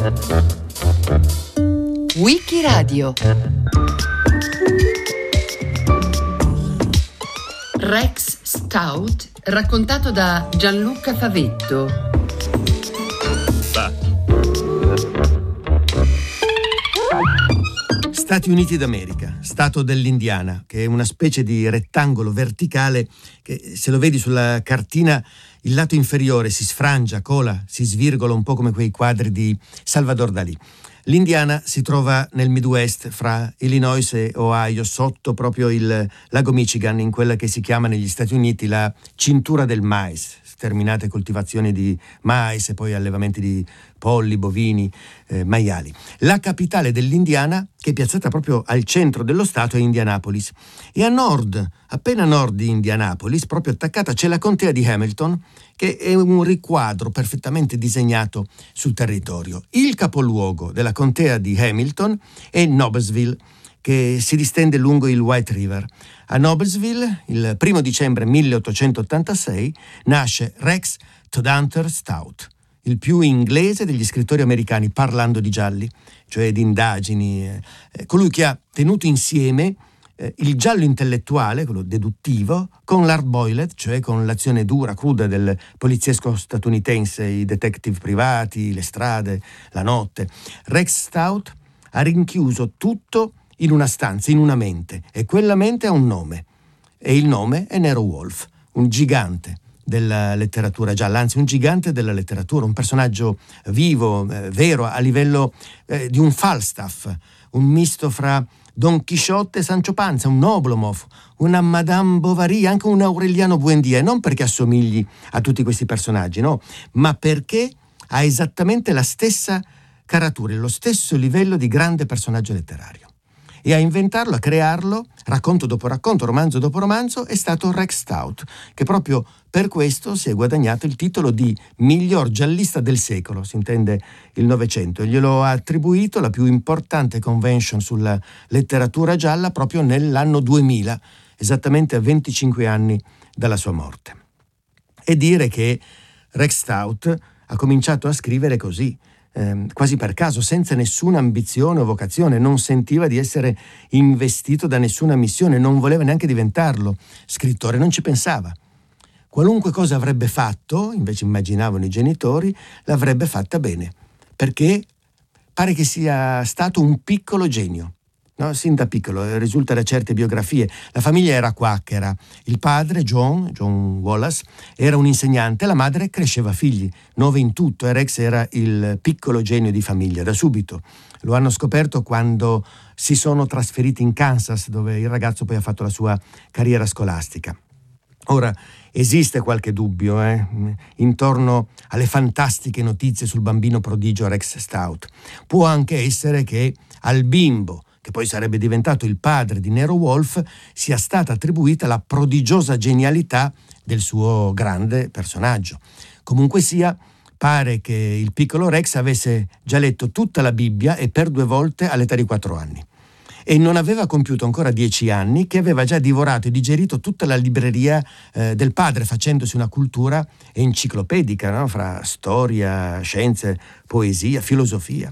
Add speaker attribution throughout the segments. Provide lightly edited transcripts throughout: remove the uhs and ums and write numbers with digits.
Speaker 1: Wikiradio Rex Stout raccontato da Gianluca Favetto.
Speaker 2: Stati Uniti d'America, Stato dell'Indiana, che è una specie di rettangolo verticale che, se lo vedi sulla cartina, il lato inferiore si sfrangia, cola, si svirgola un po' come quei quadri di Salvador Dalì. L'Indiana si trova nel Midwest, fra Illinois e Ohio, sotto proprio il lago Michigan, in quella che si chiama negli Stati Uniti la cintura del mais, sterminate coltivazioni di mais e poi allevamenti di polli, bovini, maiali. La capitale dell'Indiana, che è piazzata proprio al centro dello stato, è Indianapolis. E a nord, appena a nord di Indianapolis, proprio attaccata, c'è la contea di Hamilton, che è un riquadro perfettamente disegnato sul territorio. Il capoluogo della contea di Hamilton è Noblesville, che si distende lungo il White River. A Noblesville, il 1 dicembre 1886, nasce Rex Todhunter Stout, il più inglese degli scrittori americani parlando di gialli, cioè di indagini, colui che ha tenuto insieme il giallo intellettuale, quello deduttivo, con l'hard boiled, cioè con l'azione dura, cruda del poliziesco statunitense, i detective privati, le strade, la notte. Rex Stout ha rinchiuso tutto in una stanza, in una mente, e quella mente ha un nome, e il nome è Nero Wolfe, un gigante della letteratura gialla, anzi un gigante della letteratura, un personaggio vivo, vero, a livello di un Falstaff, un misto fra Don Chisciotte e Sancho Panza, un Oblomov, una Madame Bovary, anche un Aureliano Buendía, e non perché assomigli a tutti questi personaggi, no, ma perché ha esattamente la stessa caratura, lo stesso livello di grande personaggio letterario. E a inventarlo, a crearlo, racconto dopo racconto, romanzo dopo romanzo, è stato Rex Stout, che proprio per questo si è guadagnato il titolo di miglior giallista del secolo, si intende il Novecento, e glielo ha attribuito la più importante convention sulla letteratura gialla proprio nell'anno 2000, esattamente a 25 anni dalla sua morte. E dire che Rex Stout ha cominciato a scrivere così, quasi per caso, senza nessuna ambizione o vocazione, non sentiva di essere investito da nessuna missione, non voleva neanche diventarlo scrittore, non ci pensava. Qualunque cosa avrebbe fatto, invece immaginavano i genitori, l'avrebbe fatta bene, perché pare che sia stato un piccolo genio. No, sin da piccolo, risulta da certe biografie. La famiglia era quacchera, il padre, John Wallace, era un insegnante, la madre cresceva figli, 9 in tutto, e Rex era il piccolo genio di famiglia, da subito. Lo hanno scoperto quando si sono trasferiti in Kansas, dove il ragazzo poi ha fatto la sua carriera scolastica. Ora, esiste qualche dubbio intorno alle fantastiche notizie sul bambino prodigio Rex Stout. Può anche essere che al bimbo, che poi sarebbe diventato il padre di Nero Wolfe, sia stata attribuita la prodigiosa genialità del suo grande personaggio. Comunque sia, pare che il piccolo Rex avesse già letto tutta la Bibbia, e per 2 volte all'età di 4 anni. E non aveva compiuto ancora 10 anni che aveva già divorato e digerito tutta la libreria del padre, facendosi una cultura enciclopedica, no? Fra storia, scienze, poesia, filosofia.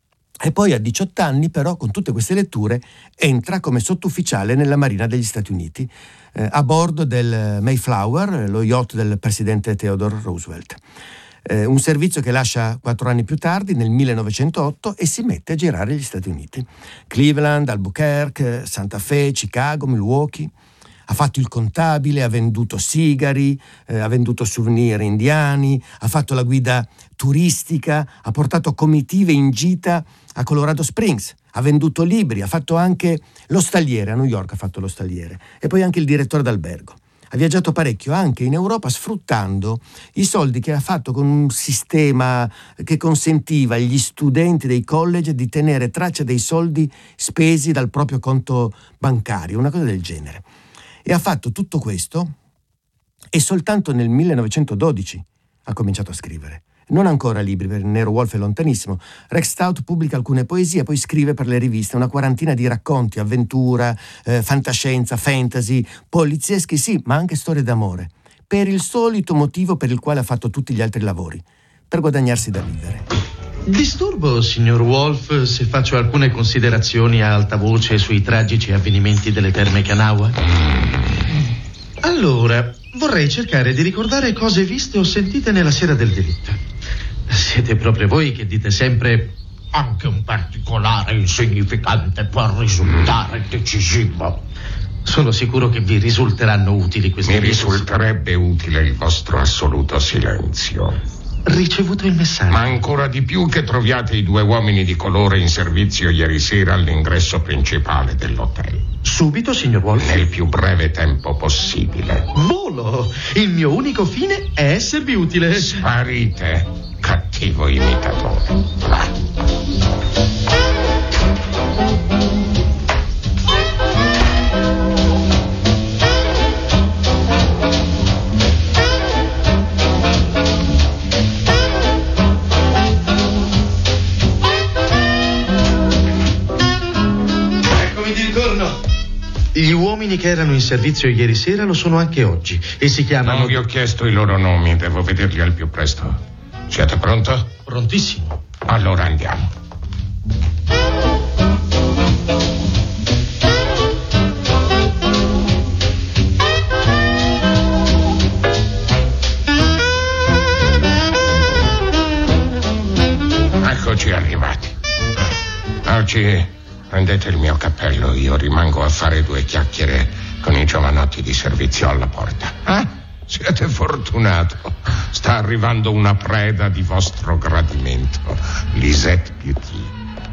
Speaker 2: E poi a 18 anni, però, con tutte queste letture, entra come sottufficiale nella Marina degli Stati Uniti, a bordo del Mayflower, lo yacht del presidente Theodore Roosevelt. Un servizio che lascia 4 anni più tardi, nel 1908, e si mette a girare gli Stati Uniti. Cleveland, Albuquerque, Santa Fe, Chicago, Milwaukee. Ha fatto il contabile, ha venduto sigari, ha venduto souvenir indiani, ha fatto la guida turistica, ha portato comitive in gita a Colorado Springs, ha venduto libri, ha fatto anche lo stalliere, a New York ha fatto lo stalliere, e poi anche il direttore d'albergo. Ha viaggiato parecchio anche in Europa, sfruttando i soldi che ha fatto con un sistema che consentiva agli studenti dei college di tenere traccia dei soldi spesi dal proprio conto bancario, una cosa del genere. E ha fatto tutto questo, e soltanto nel 1912 ha cominciato a scrivere. Non ancora libri, per Nero Wolfe è lontanissimo. Rex Stout pubblica alcune poesie, poi scrive per le riviste una quarantina di racconti, avventura, fantascienza, fantasy, polizieschi, sì, ma anche storie d'amore, per il solito motivo per il quale ha fatto tutti gli altri lavori, per guadagnarsi da vivere.
Speaker 3: Disturbo, signor Wolf, se faccio alcune considerazioni a alta voce sui tragici avvenimenti delle terme Kanawha? Allora, vorrei cercare di ricordare cose viste o sentite nella sera del delitto. Siete proprio voi che dite sempre: anche un particolare insignificante può risultare decisivo. Sono sicuro che vi risulteranno utili queste
Speaker 4: Mi risulterebbe utile il vostro assoluto silenzio.
Speaker 3: Ricevuto il messaggio.
Speaker 4: Ma ancora di più che troviate i 2 uomini di colore in servizio ieri sera all'ingresso principale dell'hotel.
Speaker 3: Subito, signor Wolf.
Speaker 4: Nel più breve tempo possibile.
Speaker 3: Volo! Il mio unico fine è esservi utile.
Speaker 4: Sparite, cattivo imitatore. Va.
Speaker 3: Gli uomini che erano in servizio ieri sera lo sono anche oggi e si chiamano...
Speaker 4: Non vi ho chiesto i loro nomi, devo vederli al più presto. Siete pronto?
Speaker 3: Prontissimo.
Speaker 4: Allora andiamo. Eccoci arrivati. Oggi prendete il mio cappello, io rimango a fare 2 chiacchiere con i giovanotti di servizio alla porta. Siete fortunato. Sta arrivando una preda di vostro gradimento, Lisette Beauty.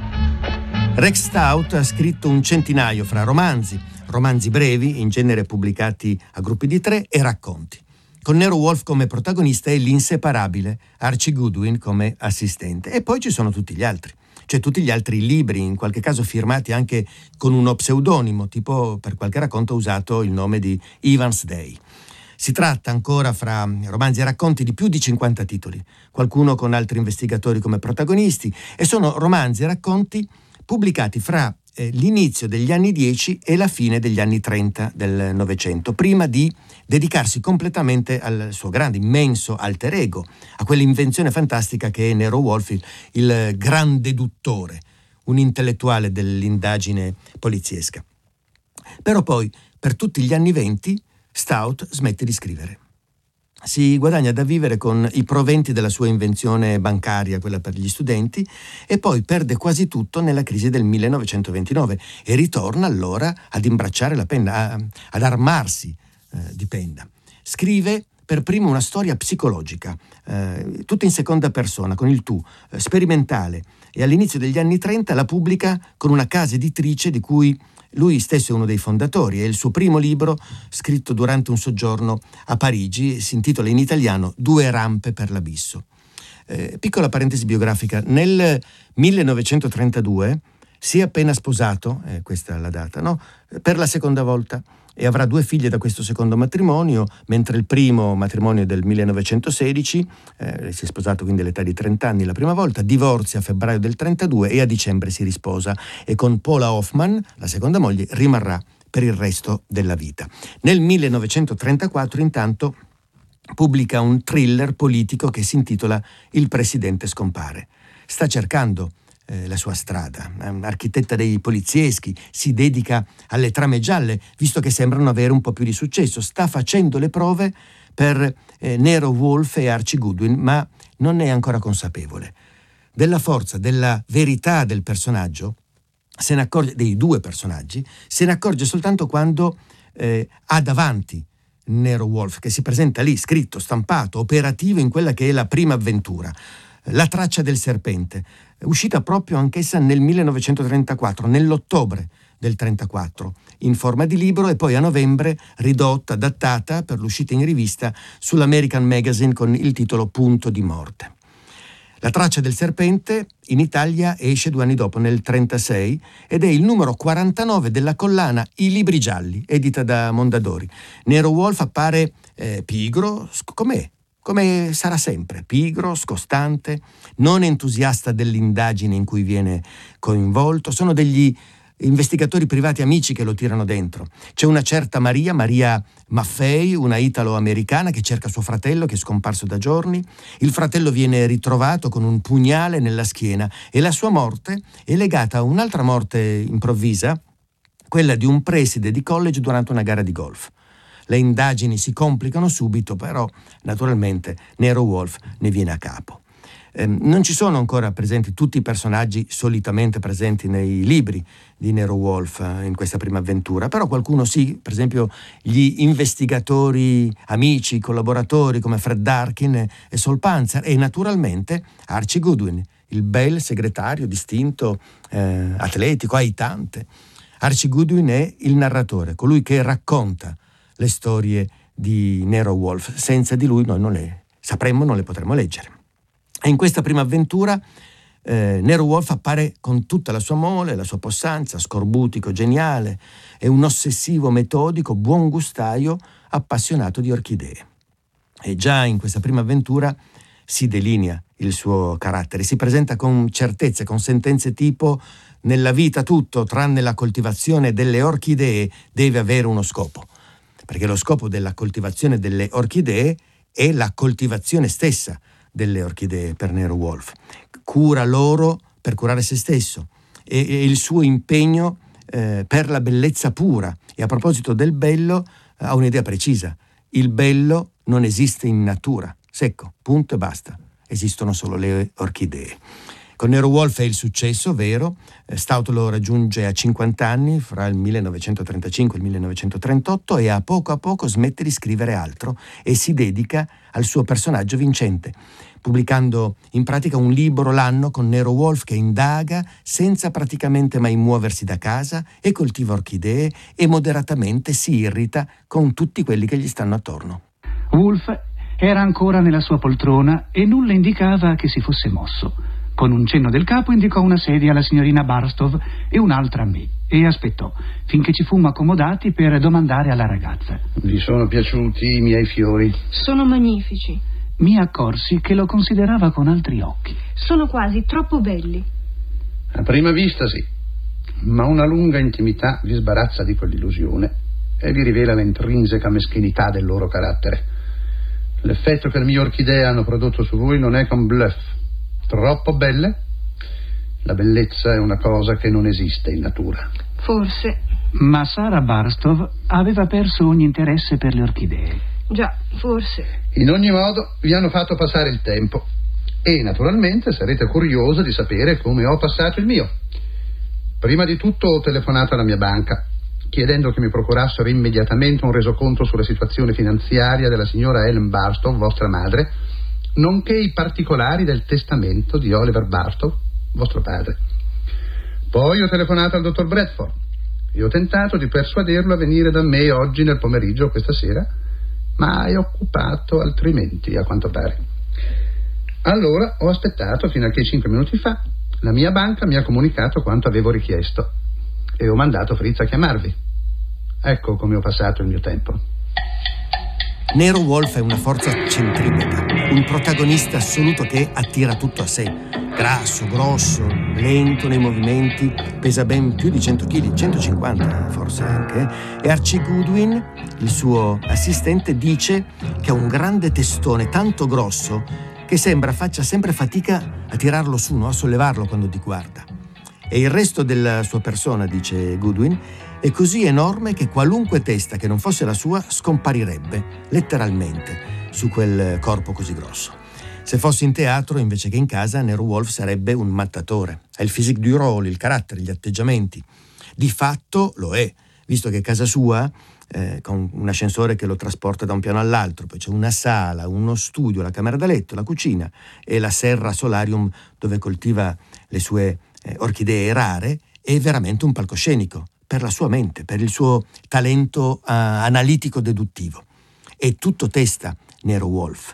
Speaker 2: Rex Stout ha scritto un centinaio fra romanzi brevi, in genere pubblicati a gruppi di 3, e racconti. Con Nero Wolfe come protagonista e l'inseparabile Archie Goodwin come assistente. E poi ci sono tutti gli altri. Cioè tutti gli altri libri, in qualche caso firmati anche con uno pseudonimo, tipo per qualche racconto usato il nome di Evans Day. Si tratta ancora fra romanzi e racconti di più di 50 titoli, qualcuno con altri investigatori come protagonisti, e sono romanzi e racconti pubblicati fra l'inizio degli anni 10 e la fine degli anni 30 del Novecento, prima di dedicarsi completamente al suo grande, immenso alter ego, a quell'invenzione fantastica che è Nero Wolfe, il gran deduttore, un intellettuale dell'indagine poliziesca. Però poi, per tutti gli anni 20, Stout smette di scrivere. Si guadagna da vivere con i proventi della sua invenzione bancaria, quella per gli studenti, e poi perde quasi tutto nella crisi del 1929 e ritorna allora ad imbracciare la penna, ad armarsi di penna. Scrive per primo una storia psicologica, tutta in seconda persona, con il tu, sperimentale, e all'inizio degli anni 30 la pubblica con una casa editrice di cui lui stesso è uno dei fondatori. È il suo primo libro, scritto durante un soggiorno a Parigi, si intitola in italiano 2 rampe per l'abisso. Piccola parentesi biografica: nel 1932 si è appena sposato, questa è la data, no? Per la seconda volta, e avrà 2 figlie da questo secondo matrimonio, mentre il primo matrimonio è del 1916, si è sposato quindi all'età di 30 anni la prima volta, divorzia a febbraio del 32 e a dicembre si risposa, e con Paula Hoffman, la seconda moglie, rimarrà per il resto della vita. Nel 1934 intanto pubblica un thriller politico che si intitola Il presidente scompare. Sta cercando la sua strada, architetta dei polizieschi, si dedica alle trame gialle, visto che sembrano avere un po' più di successo. Sta facendo le prove per Nero Wolfe e Archie Goodwin, ma non ne è ancora consapevole. Della forza, della verità del personaggio, se ne accorge, dei 2 personaggi, se ne accorge soltanto quando ha davanti Nero Wolfe, che si presenta lì, scritto, stampato, operativo in quella che è la prima avventura. La traccia del serpente, uscita proprio anch'essa nel 1934, nell'ottobre del 34, in forma di libro, e poi a novembre ridotta, adattata per l'uscita in rivista sull'American Magazine con il titolo Punto di morte. La traccia del serpente in Italia esce 2 anni dopo, nel 36, ed è il numero 49 della collana I libri gialli, edita da Mondadori. Nero Wolfe appare pigro, come sarà sempre, pigro, scostante, non entusiasta dell'indagine in cui viene coinvolto. Sono degli investigatori privati amici che lo tirano dentro. C'è una certa Maria Maffei, una italo-americana che cerca suo fratello che è scomparso da giorni. Il fratello viene ritrovato con un pugnale nella schiena e la sua morte è legata a un'altra morte improvvisa, quella di un preside di college durante una gara di golf. Le indagini si complicano subito, però naturalmente Nero Wolfe ne viene a capo. Non ci sono ancora presenti tutti i personaggi solitamente presenti nei libri di Nero Wolfe in questa prima avventura, però qualcuno sì, per esempio gli investigatori amici, collaboratori come Fred Darkin e Saul Panzer, e naturalmente Archie Goodwin, il bel segretario distinto, atletico, aitante. Archie Goodwin è il narratore, colui che racconta le storie di Nero Wolfe. Senza di lui noi non le sapremmo, non le potremmo leggere. E in questa prima avventura Nero Wolfe appare con tutta la sua mole, la sua possanza, scorbutico, geniale, è un ossessivo, metodico, buon gustaio, appassionato di orchidee. E già in questa prima avventura si delinea il suo carattere, si presenta con certezze, con sentenze tipo: nella vita tutto, tranne la coltivazione delle orchidee, deve avere uno scopo. Perché lo scopo della coltivazione delle orchidee è la coltivazione stessa delle orchidee per Nero Wolfe. Cura loro per curare se stesso e il suo impegno per la bellezza pura. E a proposito del bello, ha un'idea precisa: il bello non esiste in natura, secco, punto e basta, esistono solo le orchidee. Con Nero Wolfe è il successo vero. Stout lo raggiunge a 50 anni, fra il 1935 e il 1938, e a poco smette di scrivere altro e si dedica al suo personaggio vincente, pubblicando in pratica un libro l'anno con Nero Wolfe che indaga senza praticamente mai muoversi da casa e coltiva orchidee e moderatamente si irrita con tutti quelli che gli stanno attorno.
Speaker 5: Wolfe era ancora nella sua poltrona e nulla indicava che si fosse mosso. Con un cenno del capo indicò una sedia alla signorina Barstow e un'altra a me e aspettò finché ci fummo accomodati per domandare alla ragazza:
Speaker 6: Vi sono piaciuti i miei fiori?
Speaker 7: Sono magnifici.
Speaker 5: Mi accorsi che lo considerava con altri occhi.
Speaker 7: Sono quasi troppo belli.
Speaker 6: A prima vista sì, ma una lunga intimità vi sbarazza di quell'illusione e vi rivela l'intrinseca meschinità del loro carattere. L'effetto che le mie orchidee hanno prodotto su voi non è che un bluff. Troppo belle? La bellezza è una cosa che non esiste in natura.
Speaker 7: Forse.
Speaker 5: Ma Sarah Barstow aveva perso ogni interesse per le orchidee.
Speaker 7: Già, forse.
Speaker 6: In ogni modo, vi hanno fatto passare il tempo e naturalmente sarete curiosi di sapere come ho passato il mio. Prima di tutto ho telefonato alla mia banca chiedendo che mi procurassero immediatamente un resoconto sulla situazione finanziaria della signora Ellen Barstow, vostra madre, nonché i particolari del testamento di Oliver Barstow, vostro padre. Poi ho telefonato al dottor Bradford e ho tentato di persuaderlo a venire da me oggi nel pomeriggio o questa sera, ma è occupato altrimenti, a quanto pare. Allora ho aspettato fino a che 5 minuti fa la mia banca mi ha comunicato quanto avevo richiesto e ho mandato Fritz a chiamarvi. Ecco come ho passato il mio tempo.
Speaker 2: Nero Wolfe è una forza centripeta, un protagonista assoluto che attira tutto a sé. Grasso, grosso, lento nei movimenti, pesa ben più di 100 kg, 150 forse anche. E Archie Goodwin, il suo assistente, dice che ha un grande testone tanto grosso che sembra faccia sempre fatica a tirarlo su, no? A sollevarlo quando ti guarda. E il resto della sua persona, dice Goodwin, è così enorme che qualunque testa che non fosse la sua scomparirebbe, letteralmente, su quel corpo così grosso. Se fosse in teatro, invece che in casa, Nero Wolfe sarebbe un mattatore. Ha il physique du rôle, il carattere, gli atteggiamenti. Di fatto lo è, visto che casa sua, con un ascensore che lo trasporta da un piano all'altro, poi c'è una sala, uno studio, la camera da letto, la cucina e la serra solarium dove coltiva le sue orchidee rare, è veramente un palcoscenico per la sua mente, per il suo talento analitico-deduttivo. È tutto testa Nero Wolfe,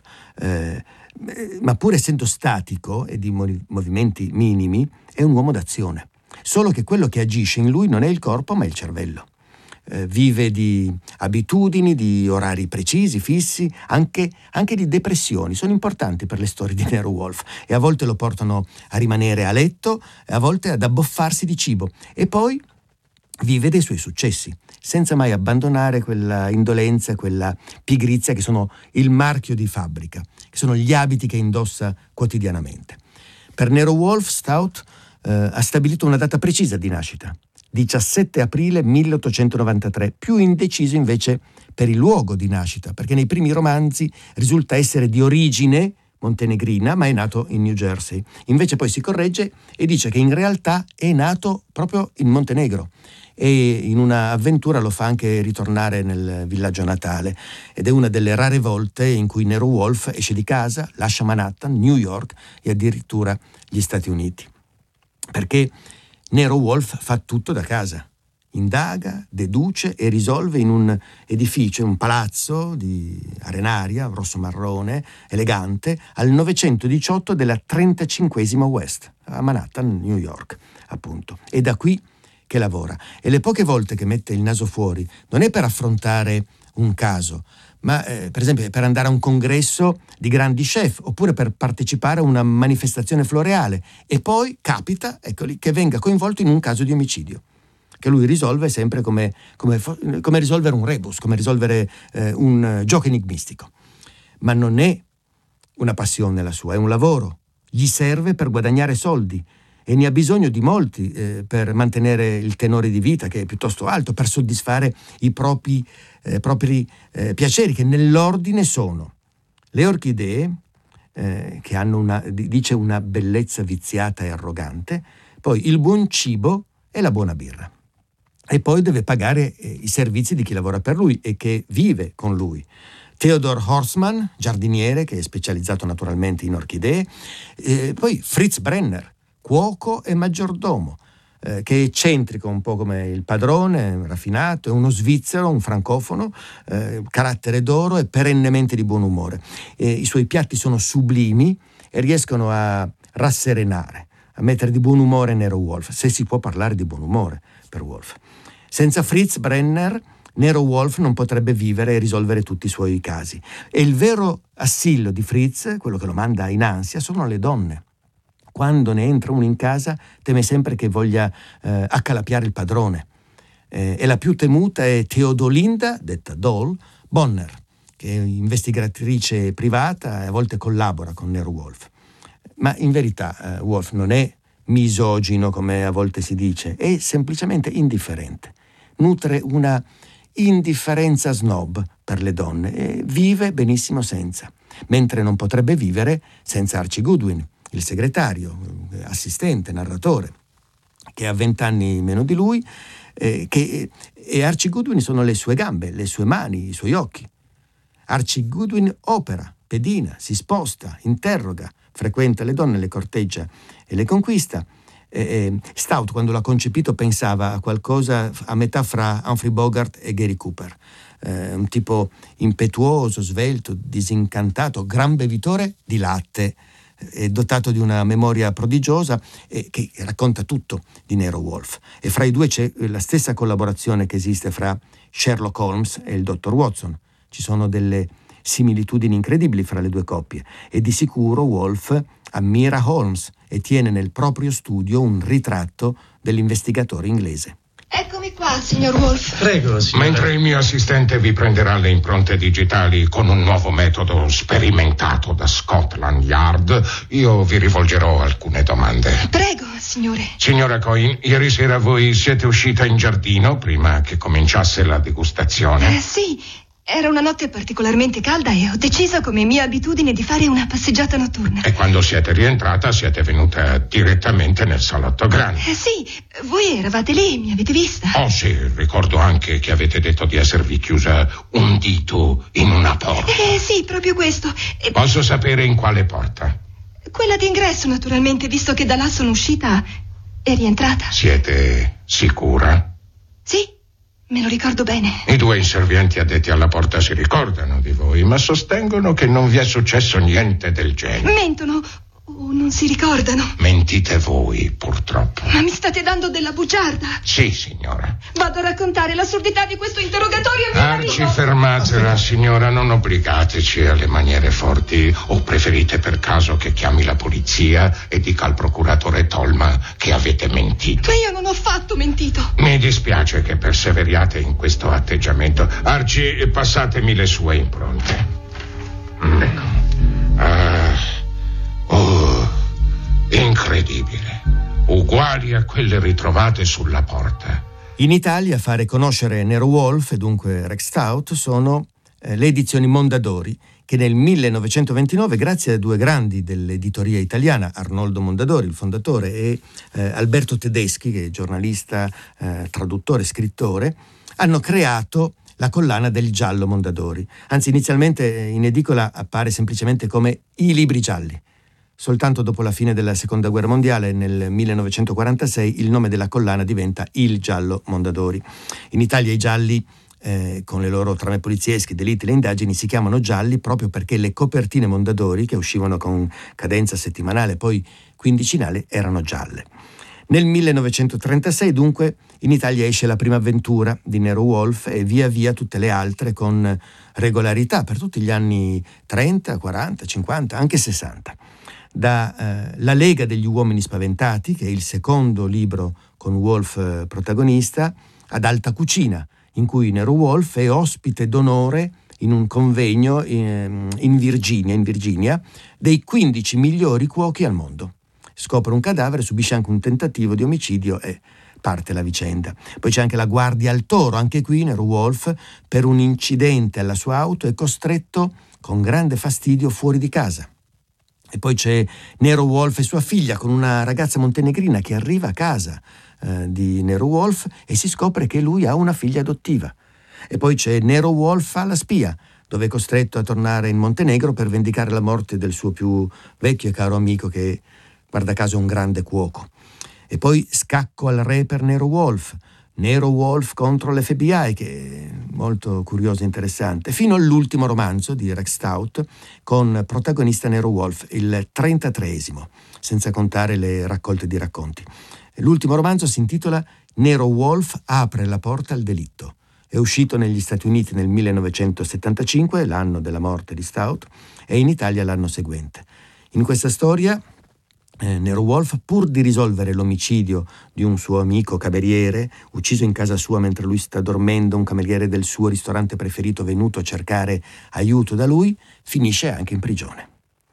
Speaker 2: ma pur essendo statico e di movimenti minimi, è un uomo d'azione. Solo che quello che agisce in lui non è il corpo, ma il cervello. Vive di abitudini, di orari precisi, fissi, anche di depressioni. Sono importanti per le storie di Nero Wolfe e a volte lo portano a rimanere a letto, a volte ad abboffarsi di cibo. E poi vive dei suoi successi, senza mai abbandonare quella indolenza, quella pigrizia che sono il marchio di fabbrica, che sono gli abiti che indossa quotidianamente. Per Nero Wolfe, Stout ha stabilito una data precisa di nascita, 17 aprile 1893, più indeciso invece per il luogo di nascita, perché nei primi romanzi risulta essere di origine montenegrina, ma è nato in New Jersey. Invece poi si corregge e dice che in realtà è nato proprio in Montenegro, e in una avventura lo fa anche ritornare nel villaggio natale, ed è una delle rare volte in cui Nero Wolfe esce di casa, lascia Manhattan, New York e addirittura gli Stati Uniti, perché Nero Wolfe fa tutto da casa, indaga, deduce e risolve in un edificio, un palazzo di arenaria, rosso-marrone, elegante, al 918 della 35esima West, a Manhattan, New York, appunto. E da qui che lavora. E le poche volte che mette il naso fuori non è per affrontare un caso, ma per esempio per andare a un congresso di grandi chef, oppure per partecipare a una manifestazione floreale, e poi capita, eccoli, che venga coinvolto in un caso di omicidio, che lui risolve sempre come risolvere un rebus, come risolvere un gioco enigmistico. Ma non è una passione la sua, è un lavoro. Gli serve per guadagnare soldi, e ne ha bisogno di molti per mantenere il tenore di vita, che è piuttosto alto, per soddisfare i propri piaceri, che nell'ordine sono le orchidee, che hanno una bellezza viziata e arrogante, poi il buon cibo e la buona birra. E poi deve pagare i servizi di chi lavora per lui e che vive con lui. Theodor Horstmann, giardiniere, che è specializzato naturalmente in orchidee, poi Fritz Brenner, cuoco e maggiordomo, che è eccentrico un po' come il padrone, raffinato, è uno svizzero, un francofono, carattere d'oro e perennemente di buon umore. I suoi piatti sono sublimi e riescono a rasserenare, a mettere di buon umore Nero Wolfe, se si può parlare di buon umore per Wolfe. Senza Fritz Brenner, Nero Wolfe non potrebbe vivere e risolvere tutti i suoi casi. E il vero assillo di Fritz, quello che lo manda in ansia, sono le donne. Quando ne entra uno in casa teme sempre che voglia accalapiare il padrone. E la più temuta è Teodolinda, detta Doll, Bonner, che è investigatrice privata e a volte collabora con Nero Wolfe. Ma in verità Wolfe non è misogino, come a volte si dice, è semplicemente indifferente. Nutre una indifferenza snob per le donne e vive benissimo senza, mentre non potrebbe vivere senza Archie Goodwin, il segretario, assistente, narratore, che ha 20 anni meno di lui, e Archie Goodwin sono le sue gambe, le sue mani, i suoi occhi. Archie Goodwin opera, pedina, si sposta, interroga, frequenta le donne, le corteggia e le conquista. Stout, quando l'ha concepito, pensava a qualcosa a metà fra Humphrey Bogart e Gary Cooper. Un tipo impetuoso, svelto, disincantato, gran bevitore di latte, dotato di una memoria prodigiosa, che racconta tutto di Nero Wolfe. E fra i due c'è la stessa collaborazione che esiste fra Sherlock Holmes e il dottor Watson. Ci sono delle similitudini incredibili fra le due coppie, e di sicuro Wolfe ammira Holmes e tiene nel proprio studio un ritratto dell'investigatore inglese.
Speaker 7: Eccomi qua, signor Wolfe.
Speaker 3: Prego, signora.
Speaker 4: Mentre il mio assistente vi prenderà le impronte digitali con un nuovo metodo sperimentato da Scotland Yard, io vi rivolgerò alcune domande.
Speaker 7: Prego, signore.
Speaker 4: Signora Coyne, ieri sera voi siete uscita in giardino prima che cominciasse la degustazione?
Speaker 7: Sì. Era una notte particolarmente calda e ho deciso, come mia abitudine, di fare una passeggiata notturna.
Speaker 4: E quando siete rientrata siete venuta direttamente nel salotto grande?
Speaker 7: Sì, voi eravate lì, mi avete vista.
Speaker 4: Oh sì, ricordo anche che avete detto di esservi chiusa un dito in una porta.
Speaker 7: Sì, proprio questo.
Speaker 4: Posso sapere in quale porta?
Speaker 7: Quella d'ingresso, naturalmente, visto che da là sono uscita e rientrata.
Speaker 4: Siete sicura?
Speaker 7: Sì. Me lo ricordo bene.
Speaker 4: I due inservienti addetti alla porta si ricordano di voi, ma sostengono che non vi è successo niente del genere.
Speaker 7: Mentono o non si ricordano.
Speaker 4: Mentite voi, purtroppo.
Speaker 7: Ma mi state dando della bugiarda?
Speaker 4: Sì, signora.
Speaker 7: Vado a raccontare l'assurdità di questo interrogatorio a mio marito.
Speaker 4: Arci, fermatela, signora, non obbligateci alle maniere forti. O preferite per caso che chiami la polizia e dica al procuratore Tolma che Avete mentito.
Speaker 7: Ma io non ho affatto mentito.
Speaker 4: Mi dispiace che perseveriate in questo atteggiamento. Archie, passatemi le sue impronte.
Speaker 3: Ecco.
Speaker 4: Incredibile. Uguali a quelle ritrovate sulla porta.
Speaker 2: In Italia a fare conoscere Nero Wolfe e dunque Rex Stout sono le edizioni Mondadori, che nel 1929, grazie a due grandi dell'editoria italiana, Arnoldo Mondadori, il fondatore, e Alberto Tedeschi, che è giornalista, traduttore, scrittore, hanno creato la collana del giallo Mondadori. Anzi, inizialmente in edicola appare semplicemente come I libri gialli. Soltanto dopo la fine della Seconda Guerra Mondiale, nel 1946, il nome della collana diventa Il giallo Mondadori. In Italia i gialli, con le loro trame poliziesche, delitti e le indagini, si chiamano gialli proprio perché le copertine Mondadori, che uscivano con cadenza settimanale, poi quindicinale, erano gialle. Nel 1936, dunque, in Italia esce la prima avventura di Nero Wolfe e via via tutte le altre con regolarità per tutti gli anni 30, 40, 50, anche 60. Da La Lega degli Uomini Spaventati, che è il secondo libro con Wolfe protagonista, ad Alta Cucina, in cui Nero Wolfe è ospite d'onore in un convegno in Virginia, dei 15 migliori cuochi al mondo. Scopre un cadavere, subisce anche un tentativo di omicidio e parte la vicenda. Poi c'è anche La Guardia al Toro, anche qui Nero Wolfe, per un incidente alla sua auto, è costretto con grande fastidio fuori di casa. E poi c'è Nero Wolfe e sua figlia con una ragazza montenegrina che arriva a casa di Nero Wolfe e si scopre che lui ha una figlia adottiva. E poi c'è Nero Wolfe alla spia, dove è costretto a tornare in Montenegro per vendicare la morte del suo più vecchio e caro amico, che guarda caso è un grande cuoco. E poi Scacco al re per Nero Wolfe contro l'FBI, che è molto curioso e interessante, fino all'ultimo romanzo di Rex Stout con protagonista Nero Wolfe, il 33esimo, senza contare le raccolte di racconti. L'ultimo romanzo si intitola Nero Wolfe apre la porta al delitto. È uscito negli Stati Uniti nel 1975, l'anno della morte di Stout, e in Italia l'anno seguente. In questa storia Nero Wolfe, pur di risolvere l'omicidio di un suo amico cameriere, ucciso in casa sua mentre lui sta dormendo, un cameriere del suo ristorante preferito venuto a cercare aiuto da lui, finisce anche in prigione.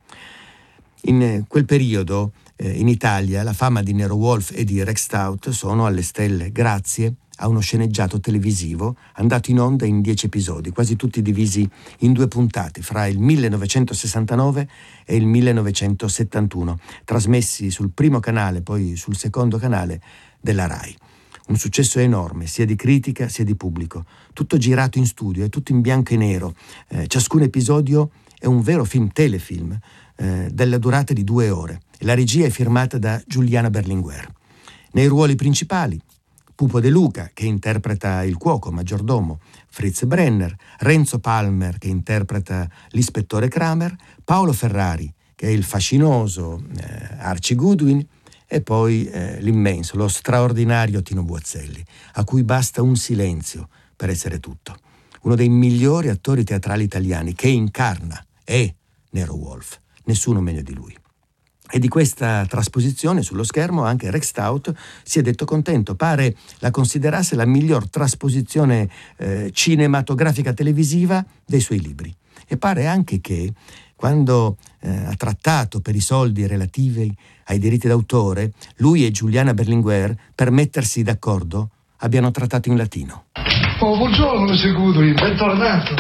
Speaker 2: In quel periodo in Italia la fama di Nero Wolfe e di Rex Stout sono alle stelle grazie a uno sceneggiato televisivo andato in onda in 10 episodi, quasi tutti divisi in 2 puntate, fra il 1969 e il 1971, trasmessi sul primo canale, poi sul secondo canale della Rai. Un successo enorme, sia di critica sia di pubblico. Tutto girato in studio, è tutto in bianco e nero. Ciascun episodio è un vero telefilm, della durata di 2 ore. La regia è firmata da Giuliana Berlinguer. Nei ruoli principali Pupo De Luca, che interpreta il cuoco maggiordomo, Fritz Brenner, Renzo Palmer, che interpreta l'ispettore Kramer, Paolo Ferrari, che è il fascinoso Archie Goodwin, e poi l'immenso, lo straordinario Tino Buazzelli, a cui basta un silenzio per essere tutto. Uno dei migliori attori teatrali italiani, che incarna, è Nero Wolfe, nessuno meglio di lui. E di questa trasposizione sullo schermo anche Rex Stout si è detto contento, pare la considerasse la miglior trasposizione cinematografica televisiva dei suoi libri. E pare anche che quando ha trattato per i soldi relativi ai diritti d'autore, lui e Giuliana Berlinguer, per mettersi d'accordo, abbiano trattato in latino.
Speaker 8: Oh, buongiorno, Messer Goodwin, bentornato.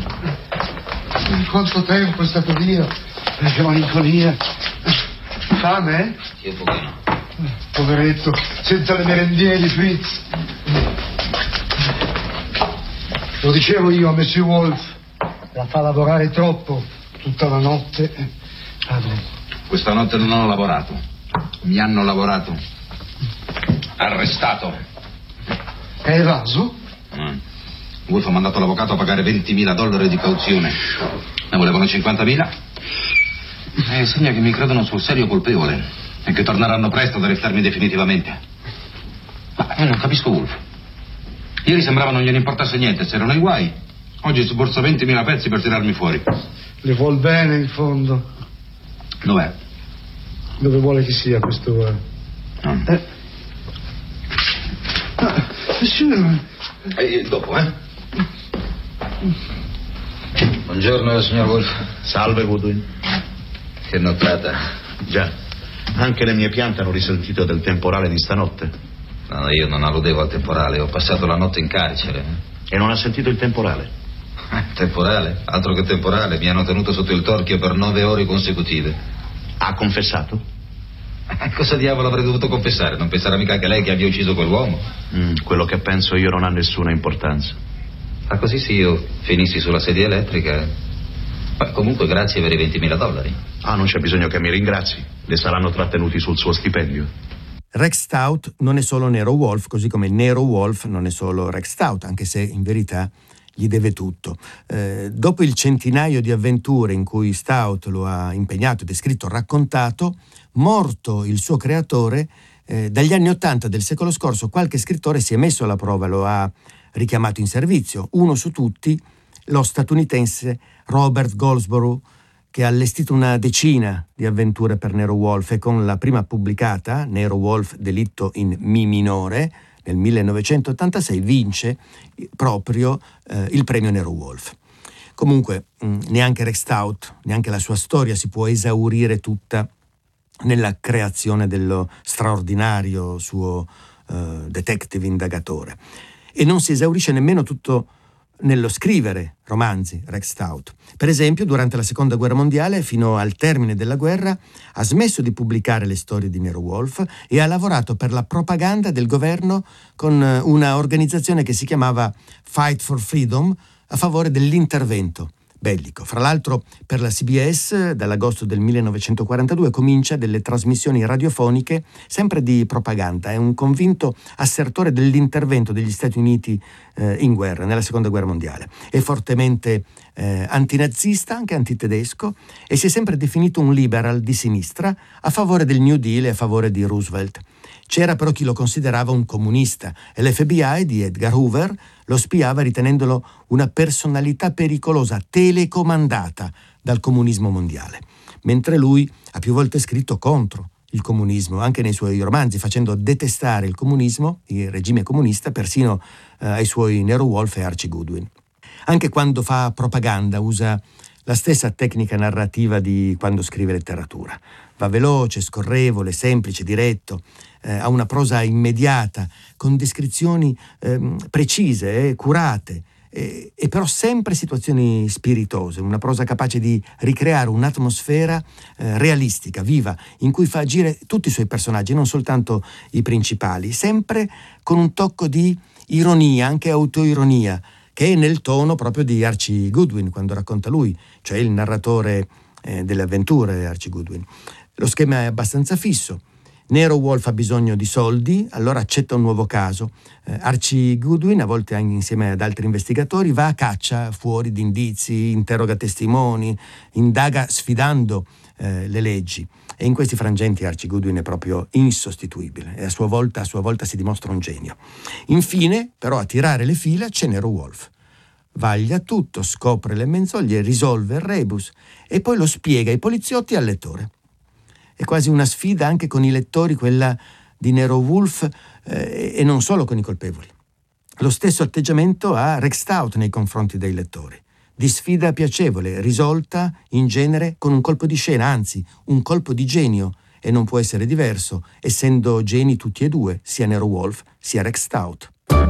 Speaker 8: Quanto tempo è stato via, che malinconia. Fame, eh?
Speaker 9: Sì, un pochino.
Speaker 8: Poveretto, senza le merendine di Fritz. Lo dicevo io a Messer Wolfe, la fa lavorare troppo tutta la notte.
Speaker 9: Questa notte non ho lavorato. Mi hanno lavorato. Arrestato.
Speaker 8: È evaso?
Speaker 9: Wolfe ha mandato l'avvocato a pagare $20.000 di cauzione. Ne volevano 50.000. Segna che mi credono sul serio colpevole e che torneranno presto ad arrestarmi definitivamente. Ma io non capisco Wolfe. Ieri sembrava non gliene importasse niente, se erano i guai. Oggi sborsa 20.000 pezzi per tirarmi fuori.
Speaker 8: Le vuol bene in fondo.
Speaker 9: Dov'è?
Speaker 8: Dove vuole che sia quest'ora.
Speaker 9: Dopo, Buongiorno, signor Wolf.
Speaker 3: Salve, Goodwin.
Speaker 9: Che nottata.
Speaker 3: Già, anche le mie piante hanno risentito del temporale di stanotte.
Speaker 9: No, io non alludevo al temporale, ho passato la notte in carcere.
Speaker 3: E non ha sentito il temporale?
Speaker 9: Temporale? Altro che temporale, mi hanno tenuto sotto il torchio per 9 ore consecutive.
Speaker 3: Ha confessato?
Speaker 9: Cosa diavolo avrei dovuto confessare? Non penserà mica che lei che abbia ucciso quell'uomo?
Speaker 3: Quello che penso io non ha nessuna importanza.
Speaker 9: Ah, così sì, io finissi sulla sedia elettrica. Ma comunque grazie per i $20.000.
Speaker 3: Ah, non c'è bisogno che mi ringrazi. Le saranno trattenuti sul suo stipendio.
Speaker 2: Rex Stout non è solo Nero Wolf, così come Nero Wolf non è solo Rex Stout, anche se in verità gli deve tutto. Dopo il centinaio di avventure in cui Stout lo ha impegnato, descritto, raccontato, morto il suo creatore, dagli anni '80 del secolo scorso qualche scrittore si è messo alla prova, lo ha richiamato in servizio. Uno su tutti, lo statunitense Robert Goldsborough, che ha allestito una decina di avventure per Nero Wolf e con la prima pubblicata, Nero Wolf Delitto in Mi minore, nel 1986 vince proprio il premio Nero Wolf. Comunque neanche Rex Stout, neanche la sua storia si può esaurire tutta nella creazione dello straordinario suo detective indagatore. E non si esaurisce nemmeno tutto nello scrivere romanzi, Rex Stout. Per esempio, durante la Seconda Guerra Mondiale, fino al termine della guerra, ha smesso di pubblicare le storie di Nero Wolf e ha lavorato per la propaganda del governo con una organizzazione che si chiamava Fight for Freedom, a favore dell'intervento bellico. Fra l'altro, per la CBS, dall'agosto del 1942, comincia delle trasmissioni radiofoniche sempre di propaganda. È un convinto assertore dell'intervento degli Stati Uniti in guerra, nella Seconda Guerra Mondiale. È fortemente antinazista, anche antitedesco, e si è sempre definito un liberal di sinistra a favore del New Deal e a favore di Roosevelt. C'era però chi lo considerava un comunista e l'FBI di Edgar Hoover lo spiava ritenendolo una personalità pericolosa, telecomandata dal comunismo mondiale. Mentre lui ha più volte scritto contro il comunismo, anche nei suoi romanzi, facendo detestare il comunismo, il regime comunista, persino ai suoi Nero Wolf e Archie Goodwin. Anche quando fa propaganda usa la stessa tecnica narrativa di quando scrive letteratura. Va veloce, scorrevole, semplice, diretto, ha una prosa immediata, con descrizioni precise, curate, e però sempre situazioni spiritose, una prosa capace di ricreare un'atmosfera realistica, viva, in cui fa agire tutti i suoi personaggi, non soltanto i principali, sempre con un tocco di ironia, anche autoironia, che è nel tono proprio di Archie Goodwin, quando racconta lui, cioè il narratore delle avventure, Archie Goodwin. Lo schema è abbastanza fisso. Nero Wolf ha bisogno di soldi, allora accetta un nuovo caso. Archie Goodwin, a volte anche insieme ad altri investigatori, va a caccia fuori di indizi, interroga testimoni, indaga sfidando le leggi. E in questi frangenti Archie Goodwin è proprio insostituibile e a sua volta si dimostra un genio. Infine, però, a tirare le fila c'è Nero Wolf. Vaglia tutto, scopre le menzogne, risolve il rebus e poi lo spiega ai poliziotti e al lettore. È quasi una sfida anche con i lettori, quella di Nero Wolf, e non solo con i colpevoli. Lo stesso atteggiamento ha Rex Stout nei confronti dei lettori. Di sfida piacevole, risolta in genere con un colpo di scena, anzi un colpo di genio, e non può essere diverso, essendo geni tutti e due, sia Nero Wolf sia Rex Stout.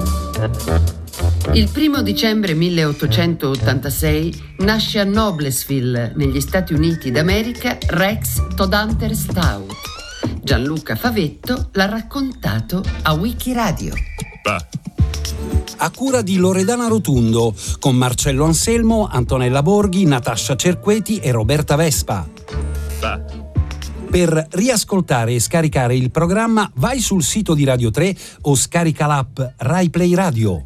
Speaker 1: Il 1 dicembre 1886 nasce a Noblesville, negli Stati Uniti d'America, Rex Todhunter Stout. Gianluca Favetto l'ha raccontato a Wikiradio.
Speaker 10: A cura di Loredana Rotundo, con Marcello Anselmo, Antonella Borghi, Natascia Cerqueti e Roberta Vespa. Per riascoltare e scaricare il programma vai sul sito di Radio 3 o scarica l'app Rai Play Radio.